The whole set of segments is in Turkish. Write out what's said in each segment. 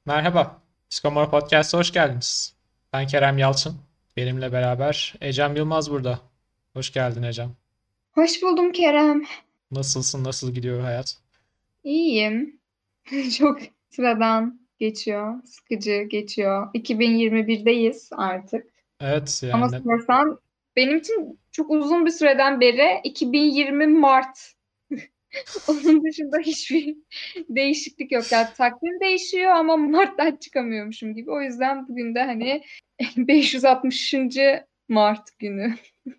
Merhaba, Psikomor Podcast'a hoş geldiniz. Ben Kerem Yalçın. Benimle beraber Ecem Yılmaz burada. Hoş geldin Ecem. Hoş buldum Kerem. Nasılsın, nasıl gidiyor hayat? İyiyim. Çok sıradan geçiyor, sıkıcı geçiyor. 2021'deyiz artık. Evet Ama yani sorarsan benim için çok uzun bir süreden beri 2020 Mart. Onun dışında hiçbir değişiklik yok. Yani takvim değişiyor ama Mart'tan çıkamıyormuşum gibi. O yüzden bugün de hani 560. Mart günü.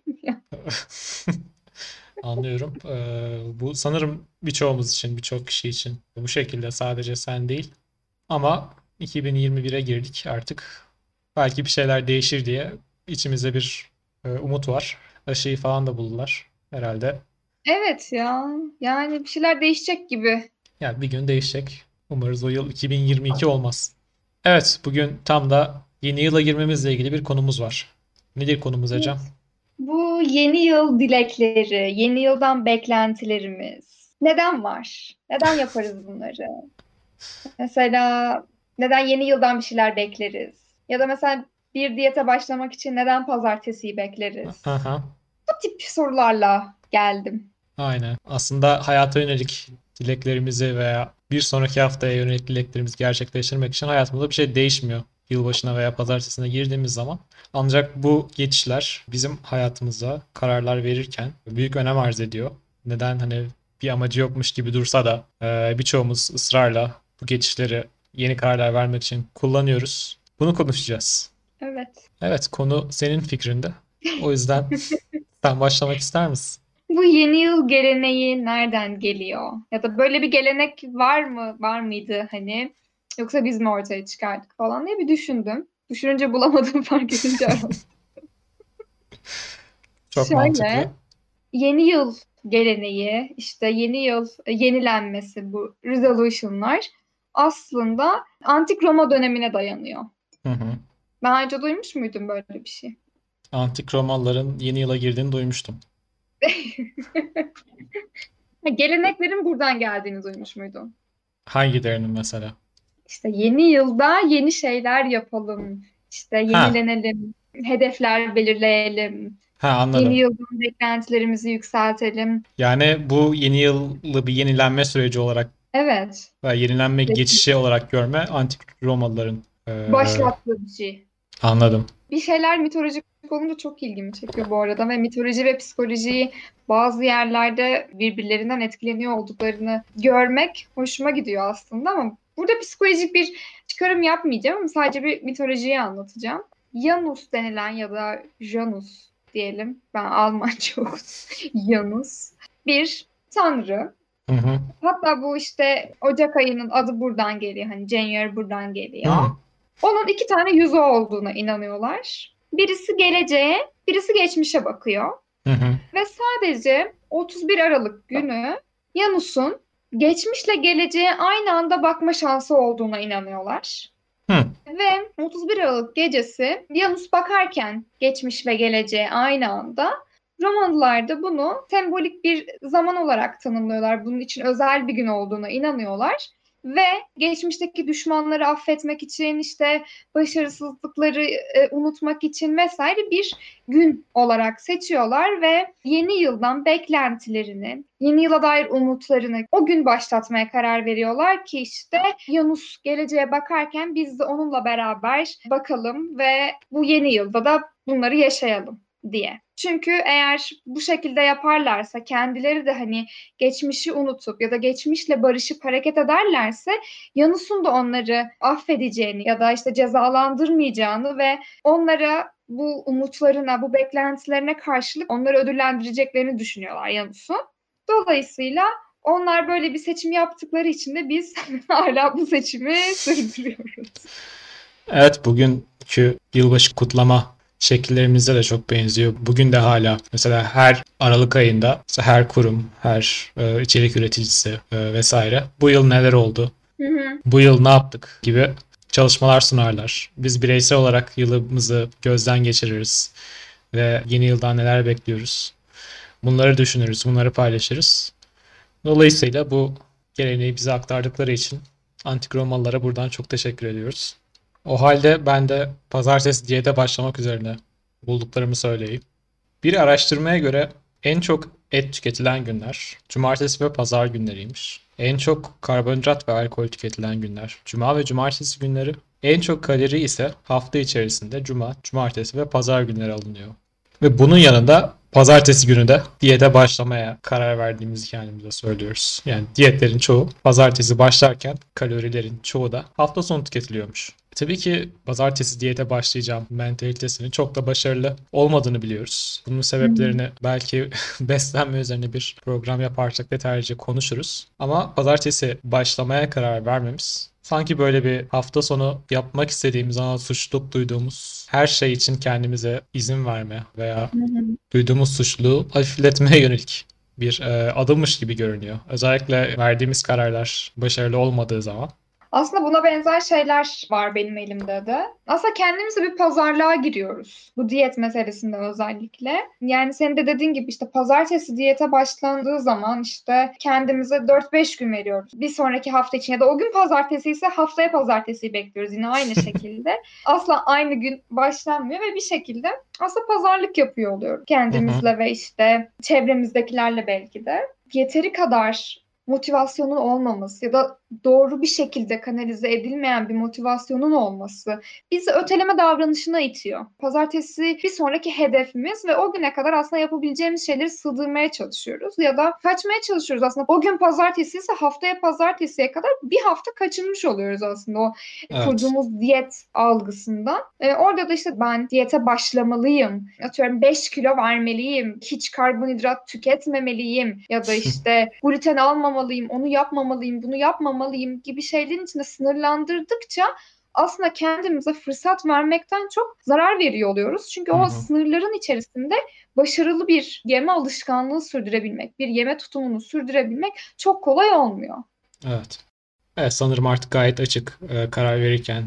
anlıyorum. Bu sanırım birçoğumuz için, birçok kişi için bu şekilde sadece sen değil. Ama 2021'e girdik artık. Belki bir şeyler değişir diye içimizde bir umut var. Aşıyı falan da buldular herhalde. Evet ya. Yani bir şeyler değişecek gibi. Yani bir gün değişecek. Umarız o yıl 2022 olmaz. Evet, bugün tam da yeni yıla girmemizle ilgili bir konumuz var. Nedir konumuz Ecem? Bu yeni yıl dilekleri, yeni yıldan beklentilerimiz neden var? Neden yaparız bunları? Mesela neden yeni yıldan bir şeyler bekleriz? Ya da mesela bir diyete başlamak için neden pazartesiyi bekleriz? Aha, Bu tip sorularla geldim. aynen. Aslında hayata yönelik dileklerimizi veya bir sonraki haftaya yönelik dileklerimizi gerçekleştirmek için hayatımızda bir şey değişmiyor. Yılbaşına veya pazartesine girdiğimiz zaman. Ancak bu geçişler bizim hayatımıza kararlar verirken büyük önem arz ediyor. Neden hani bir amacı yokmuş gibi dursa da birçoğumuz ısrarla bu geçişleri yeni kararlar vermek için kullanıyoruz. Bunu konuşacağız. Evet. Evet, konu senin fikrinde. O yüzden sen başlamak ister misin? Bu yeni yıl geleneği nereden geliyor? Ya da böyle bir gelenek var mı, var mıydı hani? Yoksa biz mi ortaya çıkardık falan diye bir düşündüm. Düşününce bulamadım fark edince aradım. Çok mantıklı. Şöyle, yeni yıl geleneği, işte yeni yıl yenilenmesi bu resolution'lar aslında Antik Roma dönemine dayanıyor. Hı hı. Daha önce duymuş muydun böyle bir şey? Antik Romalıların yeni yıla girdiğini duymuştum. Geleneklerin buradan geldiğini duymuş muydun? Hangilerinin mesela? İşte yeni yılda yeni şeyler yapalım, işte Ha, yenilenelim, hedefler belirleyelim, ha yeni anladım. yıldan beklentilerimizi yükseltelim. Yani bu yeni yılı bir yenilenme süreci olarak Evet, ve yenilenme geçişi olarak görme Antik Romalıların başlattığı bir şey. anladım. Bir şeyler mitolojik olunca çok ilgimi çekiyor bu arada ve mitoloji ve psikolojiyi bazı yerlerde birbirlerinden etkileniyor olduklarını görmek hoşuma gidiyor aslında ama burada psikolojik bir çıkarım yapmayacağım ama sadece bir mitolojiyi anlatacağım. Janus denilen ya da Janus diyelim. Ben Almanca okudum. Janus. Bir tanrı. Hı hı. Hatta bu işte Ocak ayının adı buradan geliyor. Hani January buradan geliyor. Hı Onun iki tane yüzü olduğuna inanıyorlar. Birisi geleceğe, birisi geçmişe bakıyor. hı. Hı. Ve sadece 31 Aralık günü Janus'un geçmişle geleceğe aynı anda bakma şansı olduğuna inanıyorlar. Hı. Ve 31 Aralık gecesi Janus bakarken geçmiş ve geleceğe aynı anda Romalılar da bunu sembolik bir zaman olarak tanımlıyorlar. Bunun için özel bir gün olduğuna inanıyorlar. Ve geçmişteki düşmanları affetmek için işte başarısızlıkları unutmak için vesaire bir gün olarak seçiyorlar ve yeni yıldan beklentilerini, yeni yıla dair umutlarını o gün başlatmaya karar veriyorlar ki işte Yunus geleceğe bakarken biz de onunla beraber bakalım ve bu yeni yılda da bunları yaşayalım diye. Çünkü eğer bu şekilde yaparlarsa kendileri de hani geçmişi unutup ya da geçmişle barışıp hareket ederlerse Yunus'un da onları affedeceğini ya da işte cezalandırmayacağını ve onlara bu umutlarına, bu beklentilerine karşılık onları ödüllendireceklerini düşünüyorlar Yunus'un. Dolayısıyla onlar böyle bir seçim yaptıkları için de biz hala bu seçimi sürdürüyoruz. Evet, bugünkü yılbaşı kutlama şekillerimizde de çok benziyor. Bugün de hala mesela her Aralık ayında mesela her kurum, her içerik üreticisi vesaire bu yıl neler oldu, Hı hı. bu yıl ne yaptık gibi çalışmalar sunarlar. Biz bireysel olarak yılımızı gözden geçiririz ve yeni yıldan neler bekliyoruz. Bunları düşünürüz, bunları paylaşırız. Dolayısıyla bu geleneği bize aktardıkları için Antik Romalılara buradan çok teşekkür ediyoruz. O halde ben de pazartesi diyete başlamak üzerine bulduklarımı söyleyeyim. Bir araştırmaya göre en çok et tüketilen günler cumartesi ve pazar günleriymiş. En çok karbonhidrat ve alkol tüketilen günler cuma ve cumartesi günleri. En çok kalori ise hafta içerisinde cuma, cumartesi ve pazar günleri alınıyor. Ve bunun yanında pazartesi günü de diyete başlamaya karar verdiğimizi kendimize söylüyoruz. Yani diyetlerin çoğu pazartesi başlarken kalorilerin çoğu da hafta sonu tüketiliyormuş. Tabii ki pazartesi diyete başlayacağım mentalitesinin çok da başarılı olmadığını biliyoruz. Bunun Hı hı. sebeplerini belki beslenme üzerine bir program yaparsak detaylıca konuşuruz. Ama pazartesi başlamaya karar vermemiz sanki böyle bir hafta sonu yapmak istediğimiz ama suçluluk duyduğumuz her şey için kendimize izin verme veya Hı hı. duyduğumuz suçluluğu hafifletmeye yönelik bir adımmış gibi görünüyor. Özellikle verdiğimiz kararlar başarılı olmadığı zaman. Aslında buna benzer şeyler var benim elimde de. Aslında kendimize bir pazarlığa giriyoruz. Bu diyet meselesinde özellikle. Yani senin de dediğin gibi işte pazartesi diyete başlandığı zaman işte kendimize 4-5 gün veriyoruz. Bir sonraki hafta için ya da o gün pazartesi ise haftaya pazartesiyi bekliyoruz yine aynı şekilde. Asla aynı gün başlanmıyor ve bir şekilde aslında pazarlık yapıyor oluyoruz. Hı hı. Kendimizle ve işte çevremizdekilerle belki de. Yeteri kadar motivasyonun olmaması ya da doğru bir şekilde kanalize edilmeyen bir motivasyonun olması bizi öteleme davranışına itiyor. Pazartesi bir sonraki hedefimiz ve o güne kadar aslında yapabileceğimiz şeyleri sığdırmaya çalışıyoruz ya da kaçmaya çalışıyoruz aslında. O gün pazartesi ise haftaya pazartesiye kadar bir hafta kaçınmış oluyoruz aslında o Evet. kurduğumuz diyet algısından. Orada da işte ben diyete başlamalıyım. Atıyorum 5 kilo vermeliyim. Hiç karbonhidrat tüketmemeliyim. Ya da işte gluten almamalıyım. Onu yapmamalıyım. Bunu yapmamalıyım gibi şeylerin içinde sınırlandırdıkça aslında kendimize fırsat vermekten çok zarar veriyor oluyoruz. Çünkü Hı o hı. sınırların içerisinde başarılı bir yeme alışkanlığı sürdürebilmek, bir yeme tutumunu sürdürebilmek çok kolay olmuyor. Evet. Evet, sanırım artık gayet açık karar verirken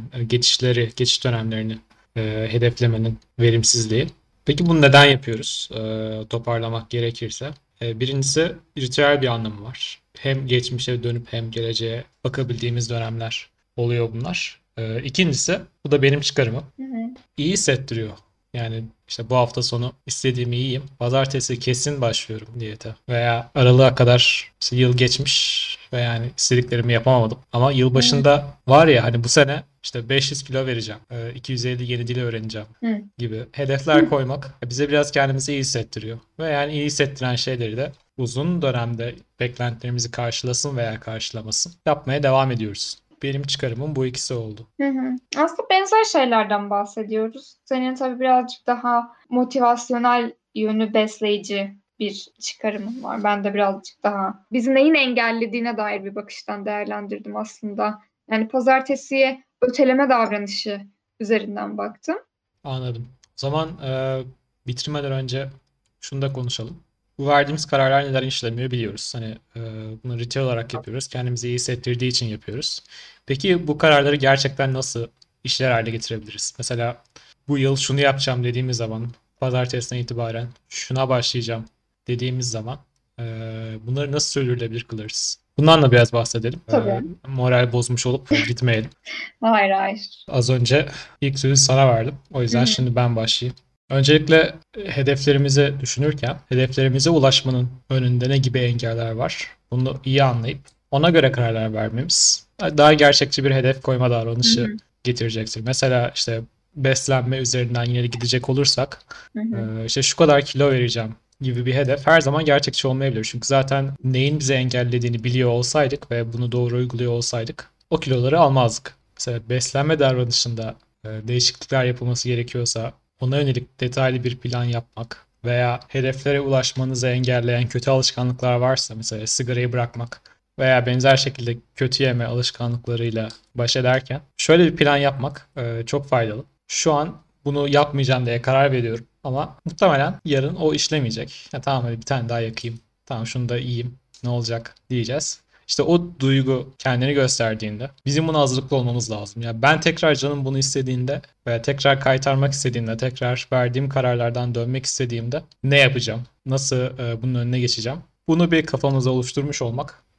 geçiş dönemlerini hedeflemenin verimsizliği. Peki bunu neden yapıyoruz? Toparlamak gerekirse. Birincisi ritüel bir anlamı var. Hem geçmişe dönüp hem geleceğe bakabildiğimiz dönemler oluyor bunlar. İkincisi, bu da benim çıkarımım. Hı hı. İyi hissettiriyor. Yani işte bu hafta sonu istediğimi yiyeyim. Pazartesi kesin başlıyorum diyete. Veya aralığa kadar işte yıl geçmiş ve yani istediklerimi yapamadım. Ama yıl Evet. başında var ya hani bu sene işte 500 kilo vereceğim. 250 yeni dil öğreneceğim Hı. gibi hedefler koymak bize biraz kendimizi iyi hissettiriyor. Ve yani iyi hissettiren şeyleri de uzun dönemde beklentilerimizi karşılasın veya karşılamasın yapmaya devam ediyoruz. Benim çıkarımım bu ikisi oldu. Hı hı. Aslında benzer şeylerden bahsediyoruz. Senin tabii birazcık daha motivasyonel yönü besleyici bir çıkarımın var. Ben de birazcık daha bizi neyin engellediğine dair bir bakıştan değerlendirdim aslında. Yani pazartesiye öteleme davranışı üzerinden baktım. Anladım. O zaman bitirmeden önce şunu da konuşalım. Bu verdiğimiz kararlar neden işlemiyor biliyoruz. Hani bunu ritüel olarak yapıyoruz. Kendimizi iyi hissettirdiği için yapıyoruz. Peki bu kararları gerçekten nasıl işler hale getirebiliriz? Mesela bu yıl şunu yapacağım dediğimiz zaman, pazartesinden itibaren şuna başlayacağım dediğimiz zaman e, bunları nasıl sürdürülebilir kılarız? Bundan da biraz bahsedelim. Tabii. Moral bozmuş olup gitmeyelim. Hayır, hayır. Az önce ilk sözü sana verdim. O Hı yüzden hı. şimdi ben başlayayım. Öncelikle hedeflerimizi düşünürken hedeflerimize ulaşmanın önünde ne gibi engeller var? Bunu iyi anlayıp ona göre kararlar vermemiz daha gerçekçi bir hedef koyma Hı davranışı hı. getirecektir. Mesela işte beslenme üzerinden yine gidecek olursak Hı hı. işte şu kadar kilo vereceğim gibi bir hedef her zaman gerçekçi olmayabilir. Çünkü zaten neyin bizi engellediğini biliyor olsaydık ve bunu doğru uyguluyor olsaydık o kiloları almazdık. Mesela beslenme davranışında değişiklikler yapılması gerekiyorsa ona yönelik detaylı bir plan yapmak veya hedeflere ulaşmanızı engelleyen kötü alışkanlıklar varsa mesela sigarayı bırakmak veya benzer şekilde kötü yeme alışkanlıklarıyla baş ederken şöyle bir plan yapmak çok faydalı. Şu an bunu yapmayacağım diye karar veriyorum ama muhtemelen yarın o işlemeyecek. Ya tamam hadi bir tane daha yakayım. Tamam şunu da yiyeyim. Ne olacak diyeceğiz. İşte o duygu kendini gösterdiğinde bizim buna hazırlıklı olmamız lazım. Ya ben tekrar canım bunu istediğinde veya tekrar kaytarmak istediğimde, tekrar verdiğim kararlardan dönmek istediğimde ne yapacağım? Nasıl bunun önüne geçeceğim? Bunu bir kafamıza oluşturmuş olmak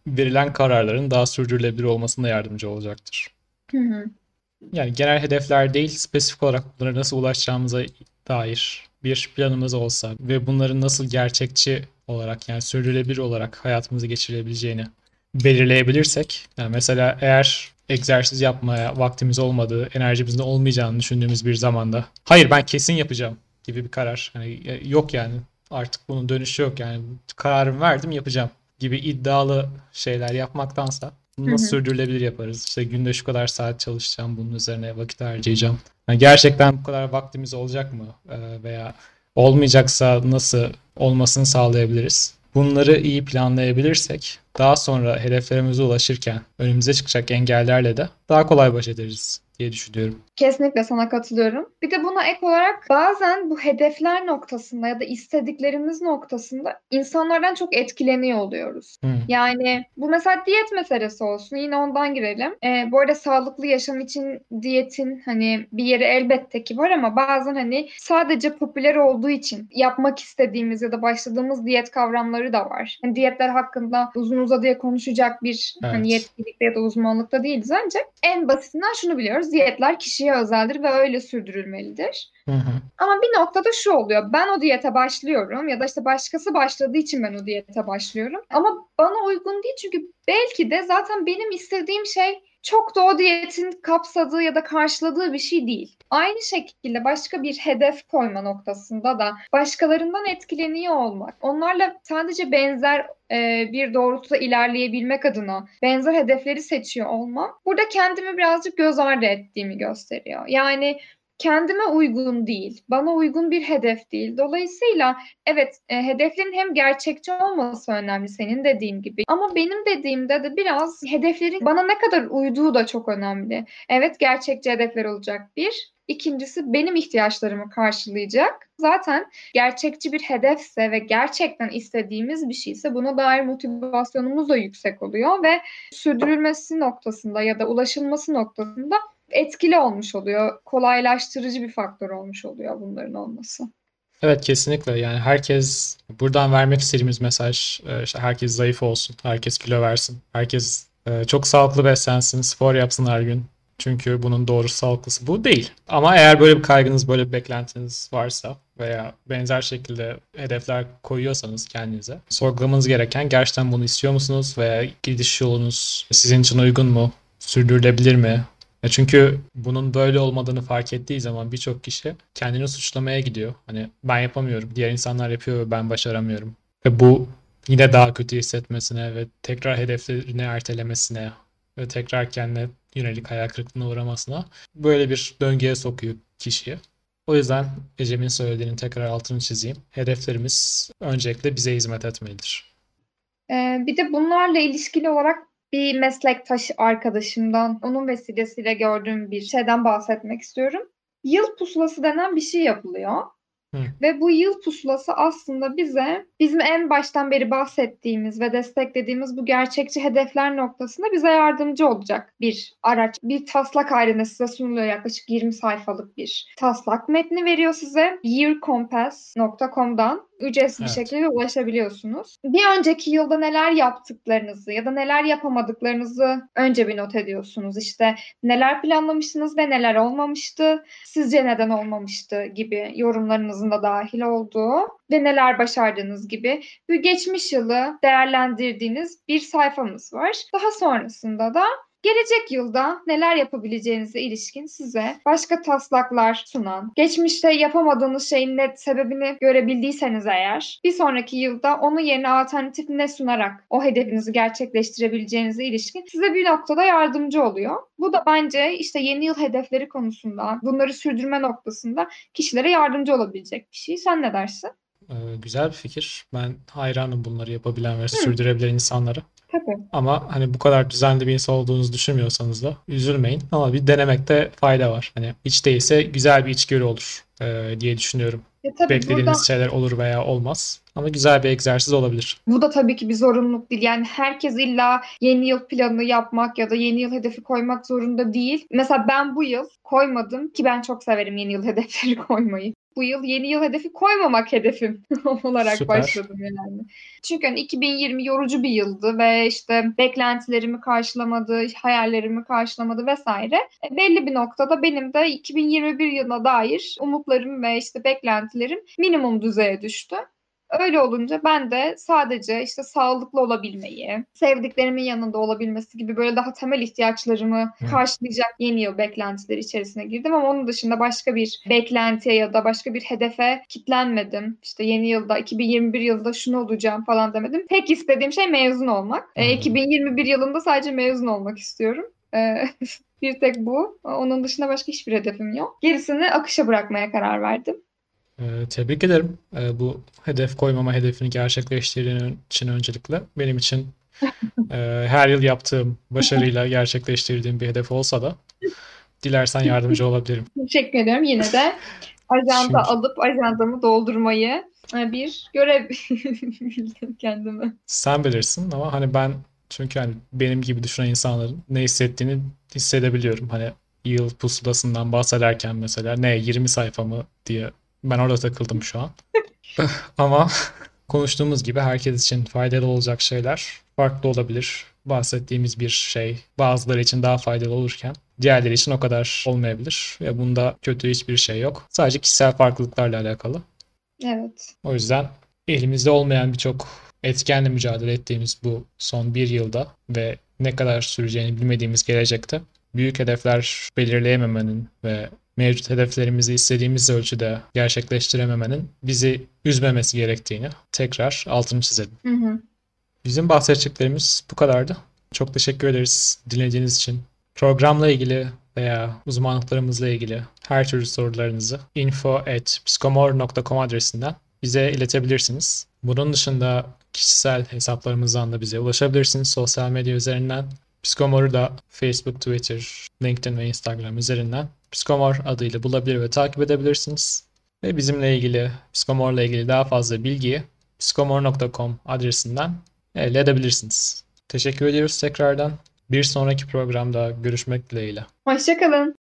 verilen kararların daha sürdürülebilir olmasına yardımcı olacaktır. Hı hı. Yani genel hedefler değil, spesifik olarak bunlara nasıl ulaşacağımıza dair bir planımız olsa ve bunların nasıl gerçekçi olarak yani sürdürülebilir olarak hayatımızı geçirebileceğini belirleyebilirsek, yani mesela eğer egzersiz yapmaya vaktimiz olmadığı, enerjimizin olmayacağını düşündüğümüz bir zamanda, hayır ben kesin yapacağım gibi bir karar, hani yok yani artık bunun dönüşü yok yani kararımı verdim yapacağım gibi iddialı şeyler yapmaktansa bunu Hı nasıl hı. sürdürülebilir yaparız? İşte günde şu kadar saat çalışacağım, bunun üzerine vakit harcayacağım. Yani gerçekten bu kadar vaktimiz olacak mı? Veya olmayacaksa nasıl olmasını sağlayabiliriz? Bunları iyi planlayabilirsek daha sonra hedeflerimize ulaşırken önümüze çıkacak engellerle de daha kolay baş ederiz diye düşünüyorum. Kesinlikle sana katılıyorum. Bir de buna ek olarak bazen bu hedefler noktasında ya da istediklerimiz noktasında insanlardan çok etkileniyor oluyoruz. Hmm. Yani bu mesela diyet meselesi olsun. Yine ondan girelim. Bu arada sağlıklı yaşam için diyetin hani bir yeri elbette ki var ama bazen hani sadece popüler olduğu için yapmak istediğimiz ya da başladığımız diyet kavramları da var. Hani diyetler hakkında uzun uzadıya konuşacak bir hani Evet. yetkinlikte ya da uzmanlıkta değiliz ancak en basitinden şunu biliyoruz. Diyetler kişiye özeldir ve öyle sürdürülmelidir. Hı hı. Ama bir noktada şu oluyor. Ben o diyete başlıyorum ya da işte başkası başladığı için ben o diyete başlıyorum. Ama bana uygun değil çünkü belki de zaten benim istediğim şey çok da o diyetin kapsadığı ya da karşıladığı bir şey değil. Aynı şekilde başka bir hedef koyma noktasında da başkalarından etkileniyor olmak, onlarla sadece benzer bir doğrultuda ilerleyebilmek adına benzer hedefleri seçiyor olmam, burada kendimi birazcık göz ardı ettiğimi gösteriyor. Yani kendime uygun değil, bana uygun bir hedef değil. Dolayısıyla evet, hedeflerin hem gerçekçi olması önemli senin dediğin gibi. Ama benim dediğimde de biraz hedeflerin bana ne kadar uyduğu da çok önemli. Evet, gerçekçi hedefler olacak bir. İkincisi benim ihtiyaçlarımı karşılayacak. Zaten gerçekçi bir hedefse ve gerçekten istediğimiz bir şeyse buna dair motivasyonumuz da yüksek oluyor ve sürdürülmesi noktasında ya da ulaşılması noktasında etkili olmuş oluyor. Kolaylaştırıcı bir faktör olmuş oluyor bunların olması. Evet kesinlikle yani herkes buradan vermek istediğimiz mesaj işte herkes zayıf olsun, herkes kilo versin, herkes çok sağlıklı beslensin, spor yapsın her gün. Çünkü bunun doğru sağlıklısı bu değil. Ama eğer böyle bir kaygınız, böyle bir beklentiniz varsa veya benzer şekilde hedefler koyuyorsanız kendinize sorgulamanız gereken gerçekten bunu istiyor musunuz veya gidiş yolunuz sizin için uygun mu, sürdürülebilir mi? Çünkü bunun böyle olmadığını fark ettiği zaman birçok kişi kendini suçlamaya gidiyor. Hani ben yapamıyorum, diğer insanlar yapıyor ve ben başaramıyorum. Ve bu yine daha kötü hissetmesine ve tekrar hedeflerini ertelemesine ve tekrar kendine yönelik hayal kırıklığına uğramasına böyle bir döngüye sokuyor kişiyi. O yüzden Ecem'in söylediğinin tekrar altını çizeyim. Hedeflerimiz öncelikle bize hizmet etmelidir. Bir de bunlarla ilişkili olarak bir meslektaş arkadaşımdan, onun vesilesiyle gördüğüm bir şeyden bahsetmek istiyorum. Yıl pusulası denen bir şey yapılıyor. Hı, Ve bu yıl pusulası aslında bize bizim en baştan beri bahsettiğimiz ve desteklediğimiz bu gerçekçi hedefler noktasında bize yardımcı olacak bir araç. Bir taslak halinde size sunuluyor, yaklaşık 20 sayfalık bir taslak metni veriyor size. yearcompass.com'dan ücretsiz bir evet. şekilde ulaşabiliyorsunuz. Bir önceki yılda neler yaptıklarınızı ya da neler yapamadıklarınızı önce bir not ediyorsunuz. İşte neler planlamıştınız ve neler olmamıştı, sizce neden olmamıştı gibi yorumlarınızın da dahil olduğu ve neler başardığınız gibi bir geçmiş yılı değerlendirdiğiniz bir sayfamız var. Daha sonrasında da gelecek yılda neler yapabileceğinize ilişkin size başka taslaklar sunan, geçmişte yapamadığınız şeyin net sebebini görebildiyseniz eğer, bir sonraki yılda onun yerine alternatif ne sunarak o hedefinizi gerçekleştirebileceğinize ilişkin size bir noktada yardımcı oluyor. Bu da bence işte yeni yıl hedefleri konusunda, bunları sürdürme noktasında kişilere yardımcı olabilecek bir şey. Sen ne dersin? Güzel bir fikir. Ben hayranım bunları yapabilen ve Hı, sürdürebilen insanlara. tabii. Ama hani bu kadar düzenli bir insan olduğunuzu düşünmüyorsanız da üzülmeyin. Ama bir denemekte fayda var. Hani hiç değilse güzel bir içgörü olur diye düşünüyorum. Tabii burada Beklediğiniz şeyler olur veya olmaz. Ama güzel bir egzersiz olabilir. bu da tabii ki bir zorunluluk değil. Yani herkes illa yeni yıl planı yapmak ya da yeni yıl hedefi koymak zorunda değil. Mesela ben bu yıl koymadım ki ben çok severim yeni yıl hedefleri koymayı. bu yıl yeni yıl hedefi koymamak hedefim olarak Süper. başladım yani. Çünkü hani 2020 yorucu bir yıldı ve işte beklentilerimi karşılamadı, hayallerimi karşılamadı vesaire. Belli bir noktada benim de 2021 yılına dair umutlarım ve işte beklentilerim minimum düzeye düştü. Öyle olunca ben de sadece işte sağlıklı olabilmeyi, sevdiklerimin yanında olabilmesi gibi böyle daha temel ihtiyaçlarımı Hı. karşılayacak yeni yıl beklentileri içerisine girdim ama onun dışında başka bir beklentiye ya da başka bir hedefe kitlenmedim. İşte yeni yılda, 2021 yılında şunu olacağım falan demedim. Tek istediğim şey mezun olmak. Anladım. 2021 yılında sadece mezun olmak istiyorum. Bir tek bu. Onun dışında başka hiçbir hedefim yok. Gerisini akışa bırakmaya karar verdim. Tebrik ederim. Bu hedef koymama hedefini gerçekleştirdiğin için öncelikle. Benim için her yıl yaptığım başarıyla gerçekleştirdiğim bir hedef olsa da dilersen yardımcı olabilirim. Teşekkür ederim. Yine de ajanda Çünkü alıp ajandamı doldurmayı bir görev bildim kendime. sen bilirsin ama hani ben çünkü hani benim gibi düşünen insanların ne hissettiğini hissedebiliyorum. Hani yıl pusulasından bahsederken mesela ne 20 sayfa mı diye ben orada takıldım şu an. Ama konuştuğumuz gibi herkes için faydalı olacak şeyler farklı olabilir. Bahsettiğimiz bir şey bazıları için daha faydalı olurken diğerleri için o kadar olmayabilir. Ve bunda kötü hiçbir şey yok. Sadece kişisel farklılıklarla alakalı. Evet. O yüzden elimizde olmayan birçok etkenle mücadele ettiğimiz bu son bir yılda ve ne kadar süreceğini bilmediğimiz gelecekte büyük hedefler belirleyememenin ve mevcut hedeflerimizi istediğimiz ölçüde gerçekleştirememenin bizi üzmemesi gerektiğini tekrar altını çizelim. Hı hı. Bizim bahsedeceklerimiz bu kadardı. Çok teşekkür ederiz dinlediğiniz için. Programla ilgili veya uzmanlıklarımızla ilgili her türlü sorularınızı info@psikomor.com adresinden bize iletebilirsiniz. Bunun dışında kişisel hesaplarımızdan da bize ulaşabilirsiniz sosyal medya üzerinden. Psikomor'u da Facebook, Twitter, LinkedIn ve Instagram üzerinden Psikomor adıyla bulabilir ve takip edebilirsiniz. Ve bizimle ilgili, Psikomor'la ilgili daha fazla bilgiyi psikomor.com adresinden elde edebilirsiniz. Teşekkür ediyoruz tekrardan. Bir sonraki programda görüşmek dileğiyle. Hoşça kalın.